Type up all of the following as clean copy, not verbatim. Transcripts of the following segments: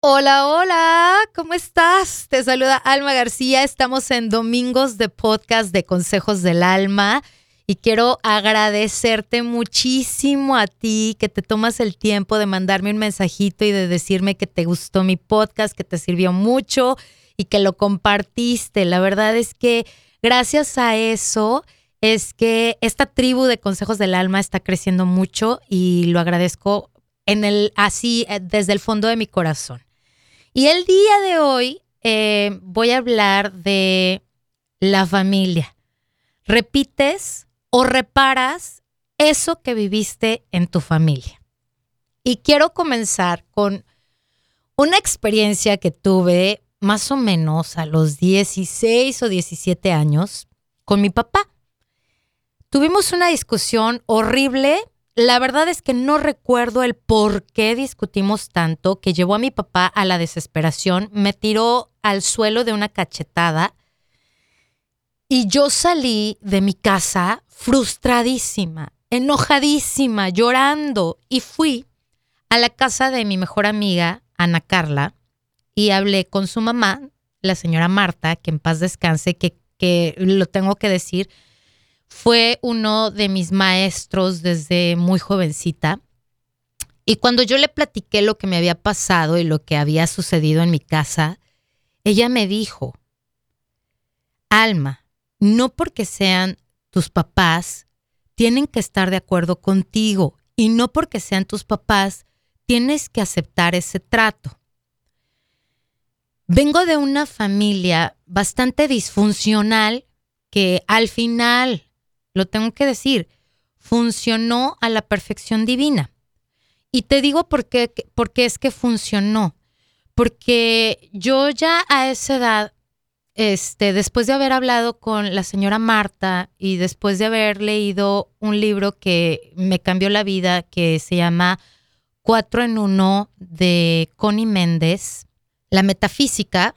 Hola, hola, ¿cómo estás? Te saluda Alma García. Estamos en Domingos de Podcast de Consejos del Alma y quiero agradecerte muchísimo a ti que te tomas el tiempo de mandarme un mensajito y de decirme que te gustó mi podcast, que te sirvió mucho y que lo compartiste. La verdad es que gracias a eso es que esta tribu de Consejos del Alma está creciendo mucho y lo agradezco desde el fondo de mi corazón. Y el día de hoy voy a hablar de la familia. ¿Repites o reparas eso que viviste en tu familia? Y quiero comenzar con una experiencia que tuve más o menos a los 16 o 17 años con mi papá. Tuvimos una discusión horrible. La verdad es que no recuerdo el por qué discutimos tanto que llevó a mi papá a la desesperación, me tiró al suelo de una cachetada y yo salí de mi casa frustradísima, enojadísima, llorando y fui a la casa de mi mejor amiga, Ana Carla, y hablé con su mamá, la señora Marta, que en paz descanse, que lo tengo que decir, fue uno de mis maestros desde muy jovencita. Y cuando yo le platiqué lo que me había pasado y lo que había sucedido en mi casa, ella me dijo: Alma, no porque sean tus papás, tienen que estar de acuerdo contigo. Y no porque sean tus papás, tienes que aceptar ese trato. Vengo de una familia bastante disfuncional que al final, lo tengo que decir, funcionó a la perfección divina. Y te digo porque es que funcionó. Porque yo ya a esa edad, después de haber hablado con la señora Marta y después de haber leído un libro que me cambió la vida, que se llama 4 en 1 de Connie Méndez, la metafísica,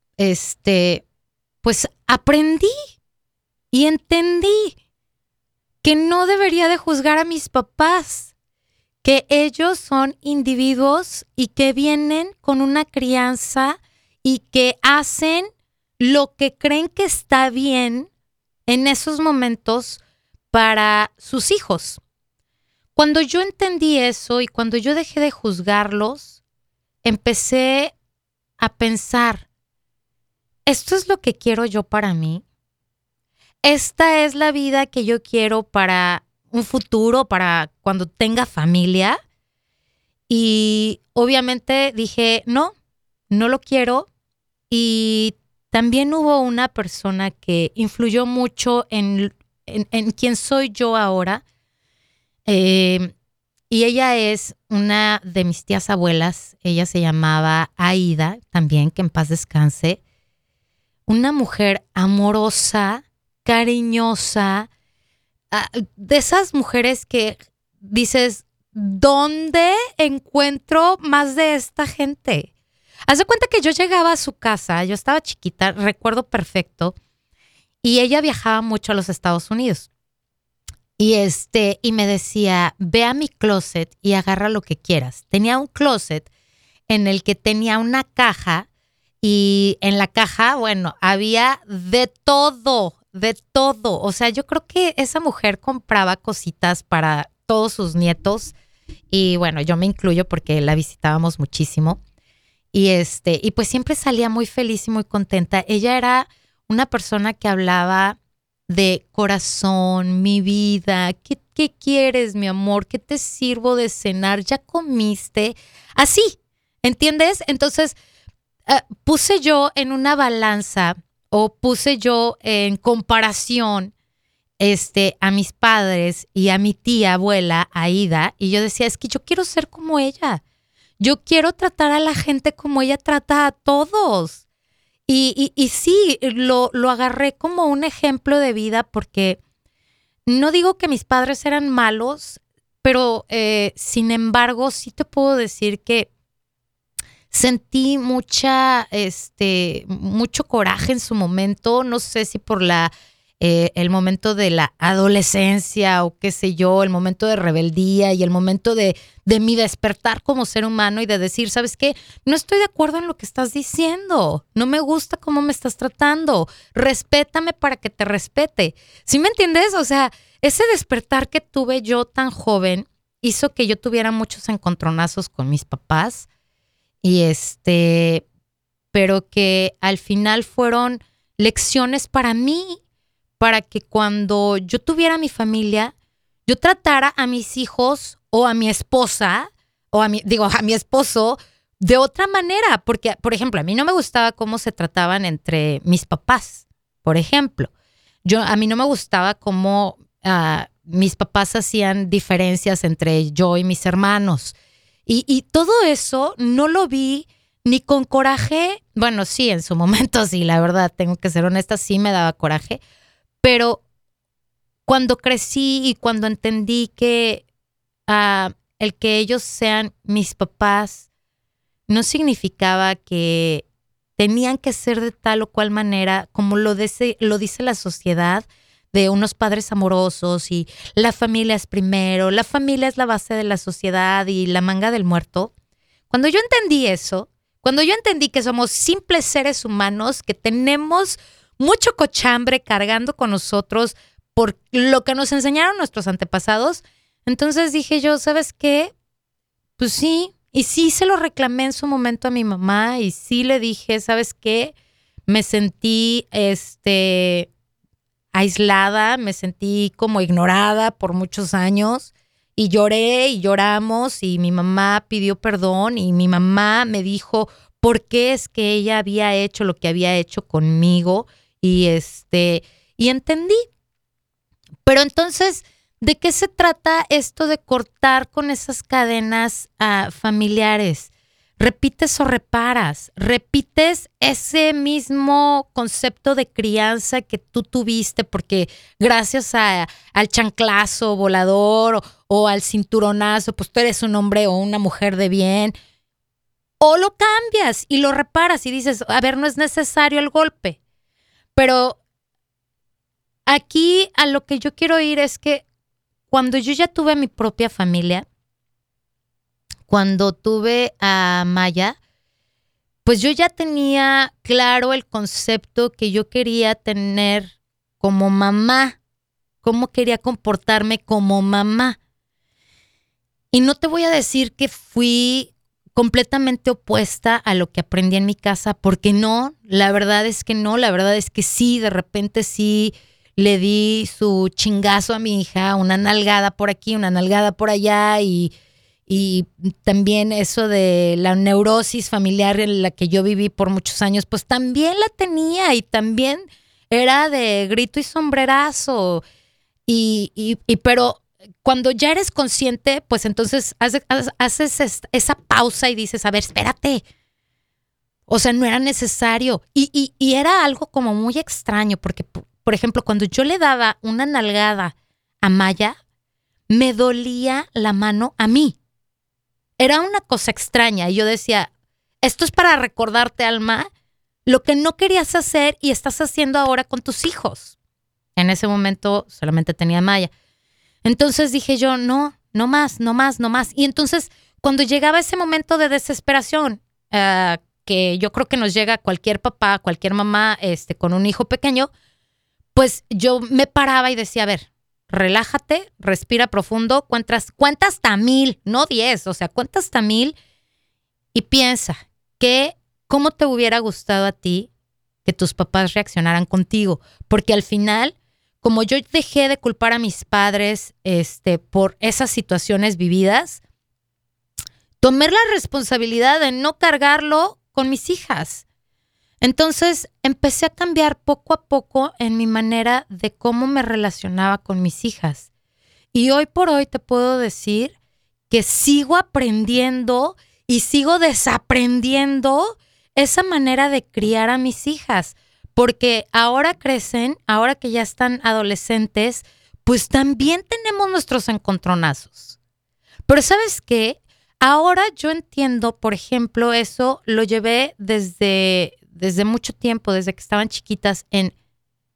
pues aprendí y entendí que no debería de juzgar a mis papás, que ellos son individuos y que vienen con una crianza y que hacen lo que creen que está bien en esos momentos para sus hijos. Cuando yo entendí eso y cuando yo dejé de juzgarlos, empecé a pensar, ¿esto es lo que quiero yo para mí? ¿Esta es la vida que yo quiero para un futuro, para cuando tenga familia? Y obviamente dije, no, no lo quiero. Y también hubo una persona que influyó mucho en quién soy yo ahora. Eh, y ella es una de mis tías abuelas. Ella se llamaba Aida, también, que en paz descanse. Una mujer amorosa, cariñosa, de esas mujeres que dices, ¿dónde encuentro más de esta gente? Haz de cuenta que yo llegaba a su casa, yo estaba chiquita, recuerdo perfecto, y ella viajaba mucho a los Estados Unidos. Y me decía, ve a mi closet y agarra lo que quieras. Tenía un closet en el que tenía una caja y en la caja, bueno, había de todo, de todo. O sea, yo creo que esa mujer compraba cositas para todos sus nietos y bueno, yo me incluyo porque la visitábamos muchísimo. Y pues siempre salía muy feliz y muy contenta. Ella era una persona que hablaba de corazón, mi vida, ¿qué quieres, mi amor? ¿Qué te sirvo de cenar? ¿Ya comiste? Así, ¿entiendes? Entonces, puse yo en una balanza o puse yo en comparación a mis padres y a mi tía abuela, Aida, y yo decía, es que yo quiero ser como ella. Yo quiero tratar a la gente como ella trata a todos. Y sí, lo agarré como un ejemplo de vida porque no digo que mis padres eran malos, pero sin embargo sí te puedo decir que sentí mucho coraje en su momento, no sé si por la el momento de la adolescencia o qué sé yo, el momento de rebeldía y el momento de mi despertar como ser humano y de decir, ¿sabes qué? No estoy de acuerdo en lo que estás diciendo, no me gusta cómo me estás tratando, respétame para que te respete. ¿Sí me entiendes? O sea, ese despertar que tuve yo tan joven hizo que yo tuviera muchos encontronazos con mis papás y pero que al final fueron lecciones para mí, para que cuando yo tuviera mi familia, yo tratara a mis hijos o a mi esposa, o a mi esposo, de otra manera. Porque, por ejemplo, a mí no me gustaba cómo se trataban entre mis papás, por ejemplo. A mí no me gustaba cómo mis papás hacían diferencias entre yo y mis hermanos. Y todo eso no lo vi ni con coraje. Bueno, sí, en su momento sí, la verdad, tengo que ser honesta, sí me daba coraje. Pero cuando crecí y cuando entendí que el que ellos sean mis papás no significaba que tenían que ser de tal o cual manera, como lo dice la sociedad, de unos padres amorosos y la familia es primero, la familia es la base de la sociedad y la manga del muerto. Cuando yo entendí eso, cuando yo entendí que somos simples seres humanos, que tenemos mucho cochambre cargando con nosotros por lo que nos enseñaron nuestros antepasados, entonces dije yo, ¿sabes qué? Pues sí, y sí se lo reclamé en su momento a mi mamá y sí le dije, ¿sabes qué? Me sentí aislada, me sentí como ignorada por muchos años y lloré y lloramos y mi mamá pidió perdón y mi mamá me dijo por qué es que ella había hecho lo que había hecho conmigo y y entendí. Pero entonces, ¿de qué se trata esto de cortar con esas cadenas familiares? ¿Repites o reparas? ¿Repites ese mismo concepto de crianza que tú tuviste porque gracias al chanclazo volador o al cinturonazo, pues tú eres un hombre o una mujer de bien? ¿O lo cambias y lo reparas y dices, a ver, no es necesario el golpe? Pero aquí a lo que yo quiero ir es que cuando yo ya tuve mi propia familia, cuando tuve a Maya, pues yo ya tenía claro el concepto que yo quería tener como mamá, cómo quería comportarme como mamá. Y no te voy a decir que fui completamente opuesta a lo que aprendí en mi casa, porque no, la verdad es que no, la verdad es que sí, de repente sí le di su chingazo a mi hija, una nalgada por aquí, una nalgada por allá y también eso de la neurosis familiar en la que yo viví por muchos años, pues también la tenía y también era de grito y sombrerazo. Pero cuando ya eres consciente, pues entonces haces esa pausa y dices, a ver, espérate. O sea, no era necesario. Y era algo como muy extraño, porque, por ejemplo, cuando yo le daba una nalgada a Maya, me dolía la mano a mí. Era una cosa extraña. Y yo decía, esto es para recordarte, Alma, lo que no querías hacer y estás haciendo ahora con tus hijos. En ese momento solamente tenía a Maya. Entonces dije yo, no, no más, no más, no más. Y entonces, cuando llegaba ese momento de desesperación, que yo creo que nos llega a cualquier papá, cualquier mamá con un hijo pequeño, pues yo me paraba y decía, a ver, relájate, respira profundo, cuenta hasta 1000, no 10, o sea, cuenta hasta 1000 y piensa cómo te hubiera gustado a ti que tus papás reaccionaran contigo, porque al final, como yo dejé de culpar a mis padres por esas situaciones vividas, tomé la responsabilidad de no cargarlo con mis hijas. Entonces empecé a cambiar poco a poco en mi manera de cómo me relacionaba con mis hijas. Y hoy por hoy te puedo decir que sigo aprendiendo y sigo desaprendiendo esa manera de criar a mis hijas. Porque ahora crecen, ahora que ya están adolescentes, pues también tenemos nuestros encontronazos. Pero ¿sabes qué? Ahora yo entiendo, por ejemplo, eso lo llevé desde mucho tiempo, desde que estaban chiquitas, en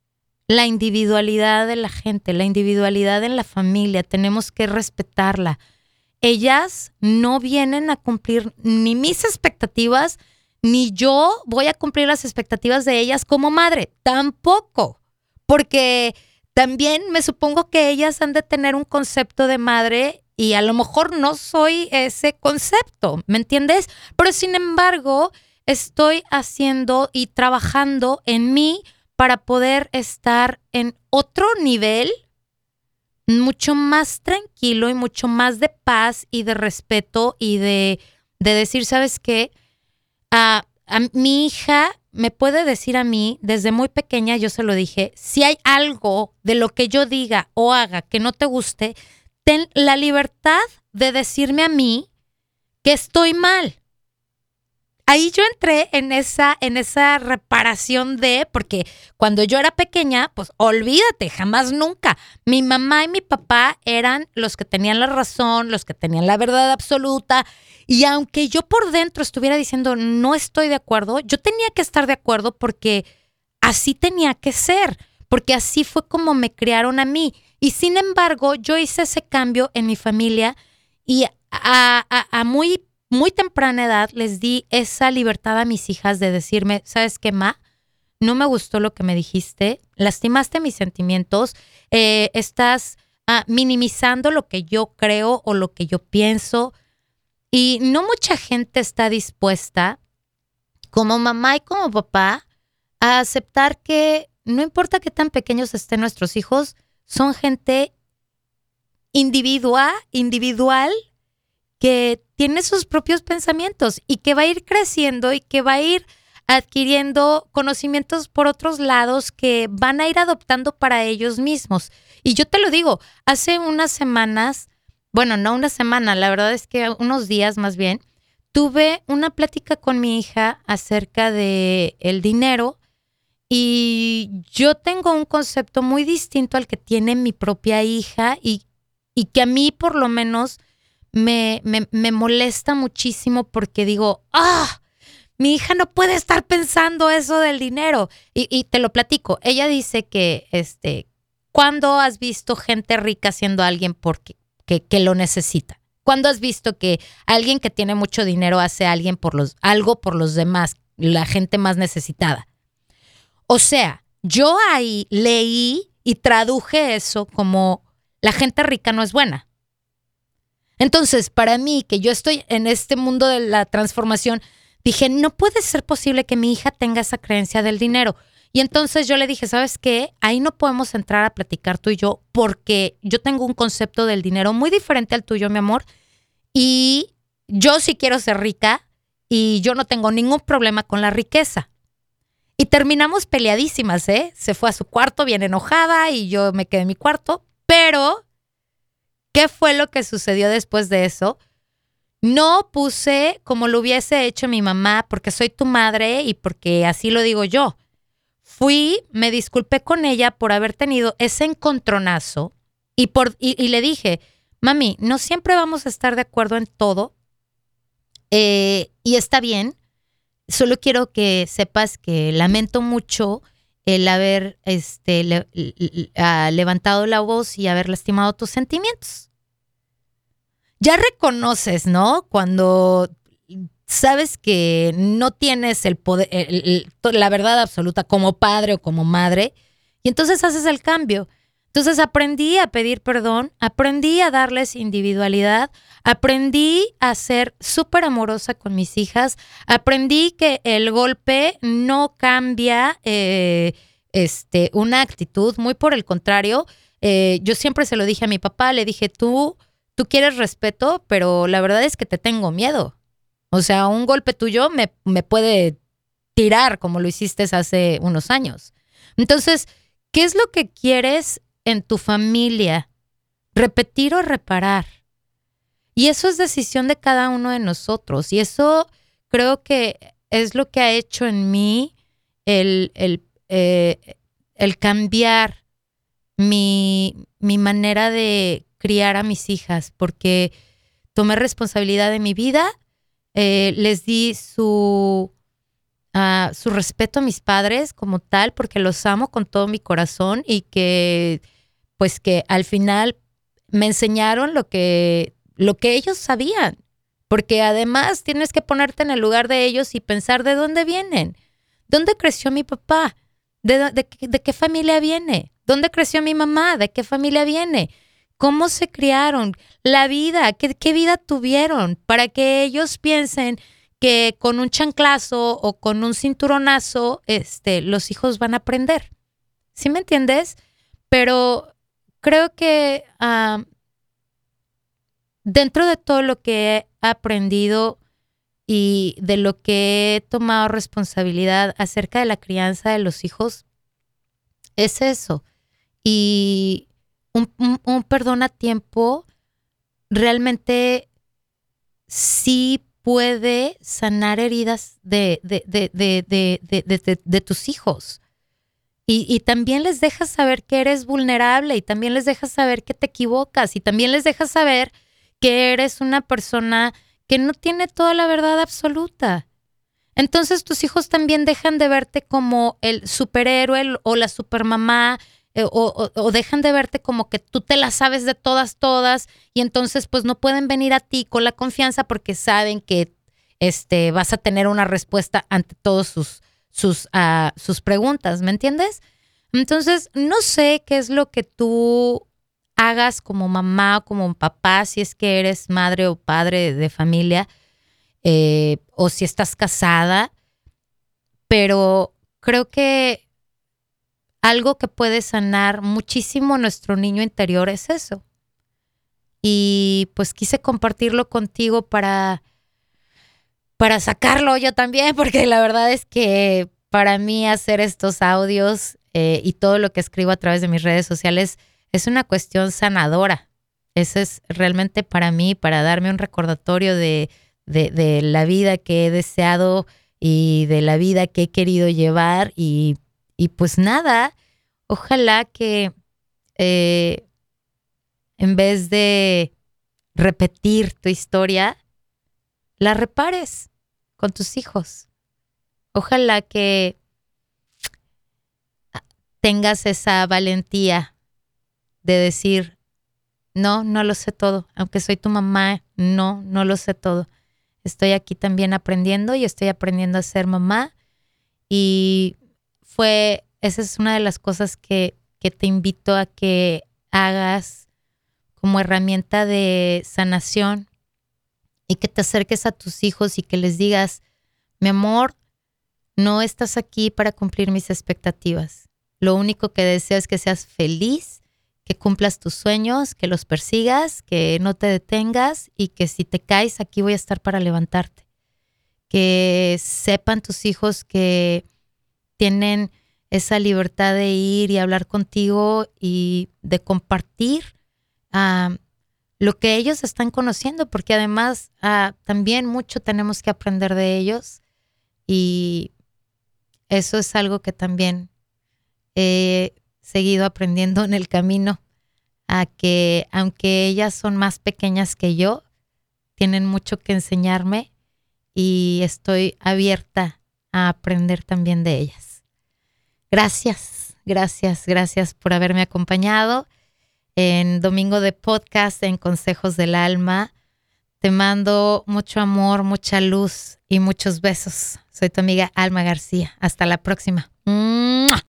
la individualidad de la gente, la individualidad en la familia, tenemos que respetarla. Ellas no vienen a cumplir ni mis expectativas, ni yo voy a cumplir las expectativas de ellas como madre, tampoco, porque también me supongo que ellas han de tener un concepto de madre y a lo mejor no soy ese concepto, ¿me entiendes? Pero sin embargo, estoy haciendo y trabajando en mí para poder estar en otro nivel mucho más tranquilo y mucho más de paz y de respeto y de decir, ¿sabes qué? A mi hija me puede decir a mí, desde muy pequeña yo se lo dije, si hay algo de lo que yo diga o haga que no te guste, ten la libertad de decirme a mí que estoy mal. Ahí yo entré en esa reparación porque cuando yo era pequeña, pues olvídate, jamás nunca. Mi mamá y mi papá eran los que tenían la razón, los que tenían la verdad absoluta. Y aunque yo por dentro estuviera diciendo no estoy de acuerdo, yo tenía que estar de acuerdo porque así tenía que ser, porque así fue como me criaron a mí. Y sin embargo, yo hice ese cambio en mi familia y a muy temprana edad les di esa libertad a mis hijas de decirme, ¿sabes qué, ma? No me gustó lo que me dijiste, lastimaste mis sentimientos, estás minimizando lo que yo creo o lo que yo pienso y no mucha gente está dispuesta, como mamá y como papá, a aceptar que no importa qué tan pequeños estén nuestros hijos, son gente individual que tiene sus propios pensamientos y que va a ir creciendo y que va a ir adquiriendo conocimientos por otros lados que van a ir adoptando para ellos mismos. Y yo te lo digo, hace unas semanas, bueno, no una semana, la verdad es que unos días más bien, tuve una plática con mi hija acerca de el dinero y yo tengo un concepto muy distinto al que tiene mi propia hija y que a mí por lo menos me molesta muchísimo porque digo, mi hija no puede estar pensando eso del dinero. Y te lo platico. Ella dice que, ¿cuándo has visto gente rica siendo alguien porque que lo necesita? ¿Cuándo has visto que alguien que tiene mucho dinero hace algo por los demás, la gente más necesitada? O sea, yo ahí leí y traduje eso como la gente rica no es buena. Entonces, para mí, que yo estoy en este mundo de la transformación, dije, no puede ser posible que mi hija tenga esa creencia del dinero. Y entonces yo le dije, ¿sabes qué? Ahí no podemos entrar a platicar tú y yo porque yo tengo un concepto del dinero muy diferente al tuyo, mi amor. Y yo sí quiero ser rica y yo no tengo ningún problema con la riqueza. Y terminamos peleadísimas, ¿eh? Se fue a su cuarto bien enojada y yo me quedé en mi cuarto, pero ¿qué fue lo que sucedió después de eso? No puse como lo hubiese hecho mi mamá porque soy tu madre y porque así lo digo yo. Me disculpé con ella por haber tenido ese encontronazo y le dije, mami, no siempre vamos a estar de acuerdo en todo y está bien. Solo quiero que sepas que lamento mucho el haber levantado la voz y haber lastimado tus sentimientos. Ya reconoces, ¿no? Cuando sabes que no tienes el poder, la verdad absoluta como padre o como madre, y entonces haces el cambio. Entonces aprendí a pedir perdón, aprendí a darles individualidad, aprendí a ser súper amorosa con mis hijas, aprendí que el golpe no cambia una actitud, muy por el contrario. Yo siempre se lo dije a mi papá, le dije, tú quieres respeto, pero la verdad es que te tengo miedo. O sea, un golpe tuyo me puede tirar como lo hiciste hace unos años. Entonces, ¿qué es lo que quieres en tu familia? ¿Repetir o reparar? Y eso es decisión de cada uno de nosotros. Y eso creo que es lo que ha hecho en mí el cambiar mi manera de criar a mis hijas, porque tomé responsabilidad de mi vida, les di su su respeto a mis padres como tal, porque los amo con todo mi corazón y que pues que al final me enseñaron lo que ellos sabían, porque además tienes que ponerte en el lugar de ellos y pensar de dónde vienen, dónde creció mi papá, de qué familia viene, dónde creció mi mamá, de qué familia viene, cómo se criaron, la vida, qué vida tuvieron, para que ellos piensen que con un chanclazo o con un cinturonazo, los hijos van a aprender. ¿Sí me entiendes? Pero creo que dentro de todo lo que he aprendido y de lo que he tomado responsabilidad acerca de la crianza de los hijos, es eso. Y un perdón a tiempo realmente sí puede sanar heridas de tus hijos. Y también les dejas saber que eres vulnerable y también les dejas saber que te equivocas y también les dejas saber que eres una persona que no tiene toda la verdad absoluta. Entonces tus hijos también dejan de verte como el superhéroe o la supermamá o dejan de verte como que tú te la sabes de todas y entonces pues no pueden venir a ti con la confianza porque saben que vas a tener una respuesta ante todos sus preguntas, ¿me entiendes? Entonces no sé qué es lo que tú hagas como mamá o como papá, si es que eres madre o padre de familia, o si estás casada, pero creo que algo que puede sanar muchísimo nuestro niño interior es eso. Y pues quise compartirlo contigo para sacarlo yo también, porque la verdad es que para mí hacer estos audios y todo lo que escribo a través de mis redes sociales es una cuestión sanadora. Eso es realmente para mí, para darme un recordatorio de la vida que he deseado y de la vida que he querido llevar y pues nada, ojalá que en vez de repetir tu historia, la repares con tus hijos. Ojalá que tengas esa valentía de decir, no lo sé todo. Aunque soy tu mamá, no lo sé todo. Estoy aquí también aprendiendo y estoy aprendiendo a ser mamá. Y esa es una de las cosas que te invito a que hagas como herramienta de sanación y que te acerques a tus hijos y que les digas, mi amor, no estás aquí para cumplir mis expectativas. Lo único que deseo es que seas feliz, que cumplas tus sueños, que los persigas, que no te detengas y que si te caes, aquí voy a estar para levantarte. Que sepan tus hijos que tienen esa libertad de ir y hablar contigo y de compartir lo que ellos están conociendo, porque además también mucho tenemos que aprender de ellos y eso es algo que también he seguido aprendiendo en el camino, a que aunque ellas son más pequeñas que yo, tienen mucho que enseñarme y estoy abierta a aprender también de ellas. Gracias por haberme acompañado en Domingo de Podcast en Consejos del Alma. Te mando mucho amor, mucha luz y muchos besos. Soy tu amiga Alma García. Hasta la próxima.